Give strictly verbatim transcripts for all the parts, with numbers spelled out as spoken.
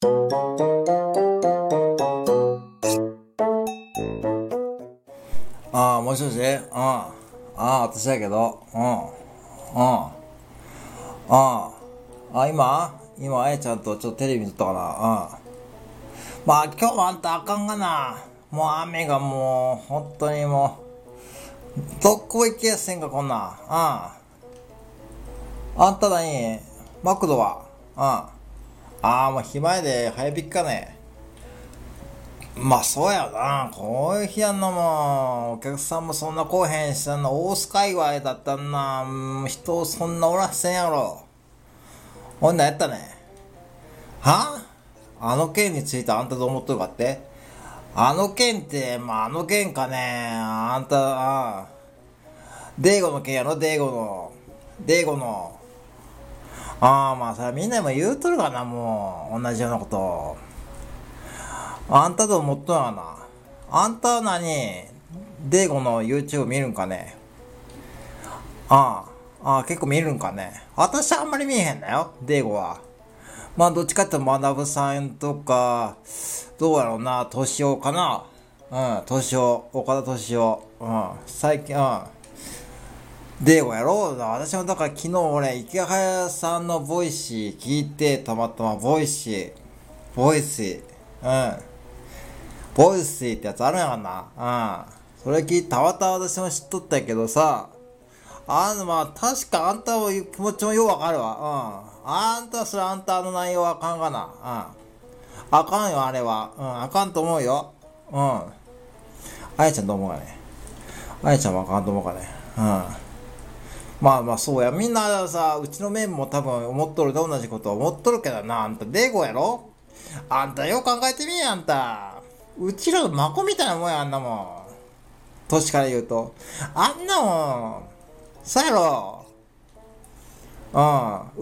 ああ、もしもし、うん。ああ、私だけど、うん。うん。ああ。あ、今今、あやちゃんとちょっとテレビ見とったかな。うん。まあ、今日はあんたあかんがな。もう雨がもう、本当にもう、どこ行けやせんか、こんなん。うん。あんた何マクドはうん。ああ、もう暇やで、早引きかね。まあそうやな。こういう日やんなもん。お客さんもそんな来おへんしさんな。大須界隈だったんな。うん人そんなおらせんやろ。ほんなんやったね。はあの件についてあんたどう思っとるかって。あの件って、まああの件かね。あんた、ああ。デーゴの件やろ、デーゴの。デーゴの。ああ、まあそれみんなも言うとるかな、もう。同じようなこと。あんたどう思っとるかな。あんたは何デーゴの YouTube 見るんかね。ああ、ああ、結構見るんかね。私はあんまり見えへんだよ、デーゴは。まあ、どっちかっていうと、マナブさんとか、どうやろうな、トシオかな。うん、トシオ、岡田トシオ。うん、最近、うん。デーゴやろう私もだから昨日俺、池早さんのボイシー聞いて、たまたまボイシー、ボイシー、うん。ボイシーってやつあるんやがな。うん。それ聞いて、たまたま私も知っとったけどさ、あの、まあ、確かあんたの気持ちもようわかるわ。うん。あんたそれあんたの内容はあかんがな。うん。あかんよ、あれは。うん、あかんと思うよ。うん。あやちゃんどう思うかね。あやちゃんもあかんと思うかね。うん。まあまあそうや。みんなさ、うちのメンも多分思っとると同じこと思っとるけどな。あんた、デーゴやろあんたよく考えてみや、あんた。うちらの孫みたいなもんや、あんなもん。年から言うと。あんなもん。そうやろ。うん。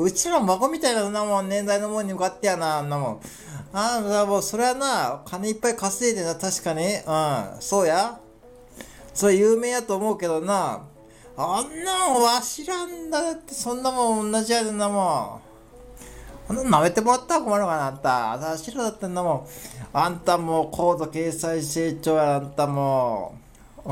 うちの孫みたいなそんなもん年代のもんに向かってやな、あんなもん。ああ、もうそれはな、金いっぱい稼いでな、確かに。うん。そうや。それ有名やと思うけどな。あんなもんわしらんだって、そんなもん同じやでんなもん。あんな舐めてもらったら困るかな、あんた。わしらだってんなもん。あんたもう高度経済成長や、あんたもう。うん。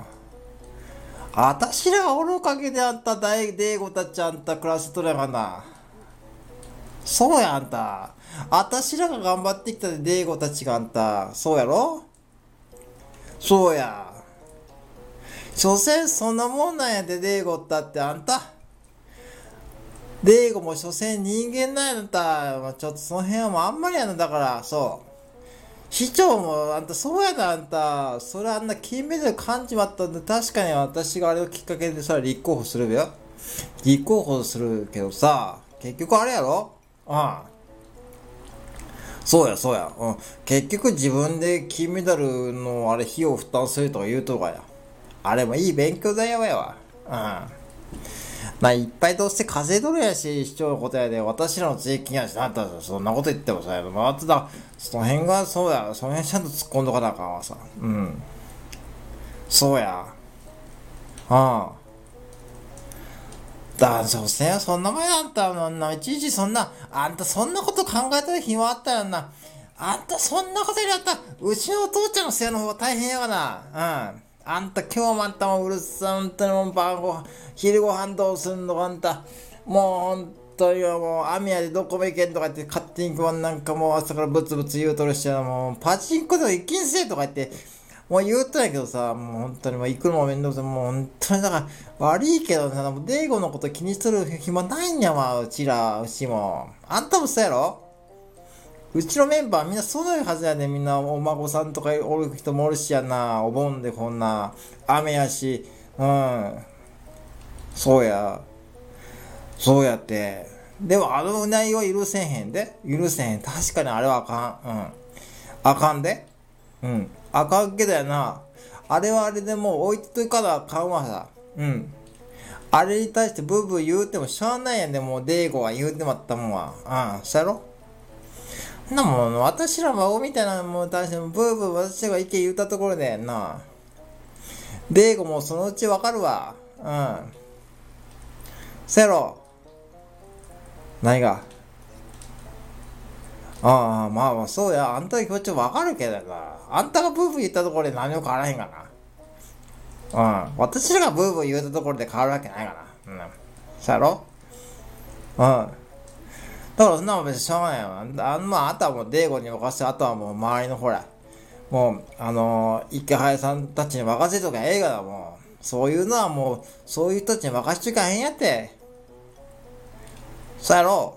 あたしらがおるおかげであんた大デーゴたちあんた暮らせとるやがな。そうやあんた。あたしらが頑張ってきたでデーゴたちがあんた。そうやろそうや。所詮そんなもんなんやでデーゴったってあんた。デーゴも所詮人間なんやあんた。ちょっとその辺はもうあんまりやなだから、そう。市長もあんたそうやなあんた。それあんな金メダル感じまったんで確かに私があれをきっかけでさ立候補するべよ。立候補するけどさ、結局あれやろうん。そうや、そうや。うん。結局自分で金メダルのあれ費用負担するとか言うとかや。あれもいい勉強だよやわ。うん。まあ、いっぱいどうせ稼いどるやし、市長のことやで、私らの税金やし、なんだそんなこと言ってもさ、まあ、ただ、その辺がそうや、その辺ちゃんと突っ込んどかなあかんわさ。うん。そうや。うん。だ、所詮はそんな前あんた、あんな、いちいちそんな、あんたそんなこと考えたら暇あったらな。あんたそんなことよりあったら、うちのお父ちゃんの世話の方が大変やがな。うん。あんた今日もあんたもうるさい、本当にもう晩ご飯、昼ご飯どうすんのあんた。もう本当にもう、網やでどこも行けんとか言って、勝手にこうなんかもう朝からブツブツ言うとるしや、もう、パチンコでも行きんせえとか言って、もう言うとんやけどさ、もう本当にもう行くのもめんどくさい。もう本当にだから悪いけどさ、もうデーゴのこと気にする暇ないんやわ、うちら、うちも。あんたもそうやろうちのメンバーみんなそういうはずやで、みんなお孫さんとかおる人もおるしやな、お盆でこんな、雨やし、うん、そうや、そうやって。でもあの内容は許せへんで。許せへん。確かにあれはあかん。うん。あかんで。うん。あかんけどやな。あれはあれでもう置いてといかなあかんわさ。うん。あれに対してブーブー言うてもしゃあないやんで、もうデーゴは言うてまったもんは。うん。そうやろなもん、私ら孫みたいなもんに対してもブーブー私が意見言ったところでやんな。デーゴもそのうちわかるわ。うん。せやろ。何がああ、まあまあ、そうや。あんたの気持ちわかるけどな。あんたがブーブー言ったところで何も変わらへんがな。うん。私らがブーブー言ったところで変わるわけないかな。うん。そうやろ。うん。だからそんなもん別にしょうがないよ。あんた、あんまあ、あとはもうデーゴに任せて、あとはもう周りのほら、もう、あのー、池原さんたちに任せとか映画だもん。そういうのはもう、そういう人たちに任せとかへんやって。そうやろ。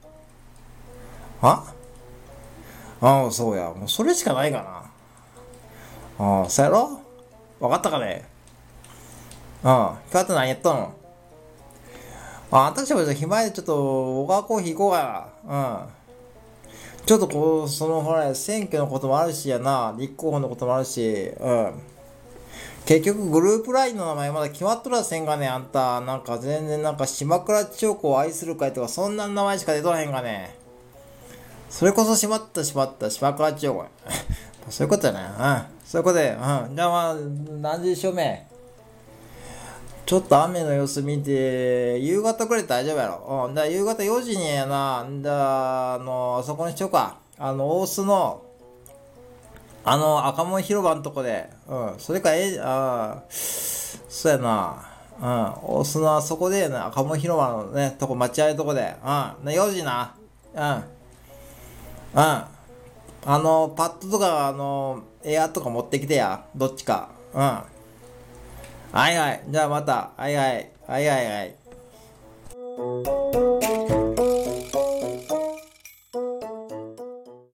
あああ、そうや。もうそれしかないかな。ああ、そうやろ。わかったかね。うん。今日あと何やったの？あ、私もじゃあ暇でちょっと、小川コーヒー行こうかな。うん。ちょっとこう、そのほら、選挙のこともあるしやな。立候補のこともあるし。うん。結局グループラインの名前まだ決まっとらせんがね、あんた。なんか全然なんか島倉千代子を愛する会とかそんな名前しか出とらへんがね。それこそしまったしまった島倉千代子や。そういうことやね。うん。そういうことで、うん。じゃあまあ、何時証明ちょっと雨の様子見て、夕方くらい大丈夫やろ。うん。だから夕方よじにやな。んだ、あの、そこにしようか。あの、大須の、あの、赤門広場のとこで。うん。それか、え、ああ、そうやな。うん。大須のあそこでな、赤門広場のね、とこ、待合のとこで。うん。ね、よじな。うん。うん。あの、パッドとか、あの、エアとか持ってきてや。どっちか。うん。はいはい。じゃあまた。はいはい。はいはいはい。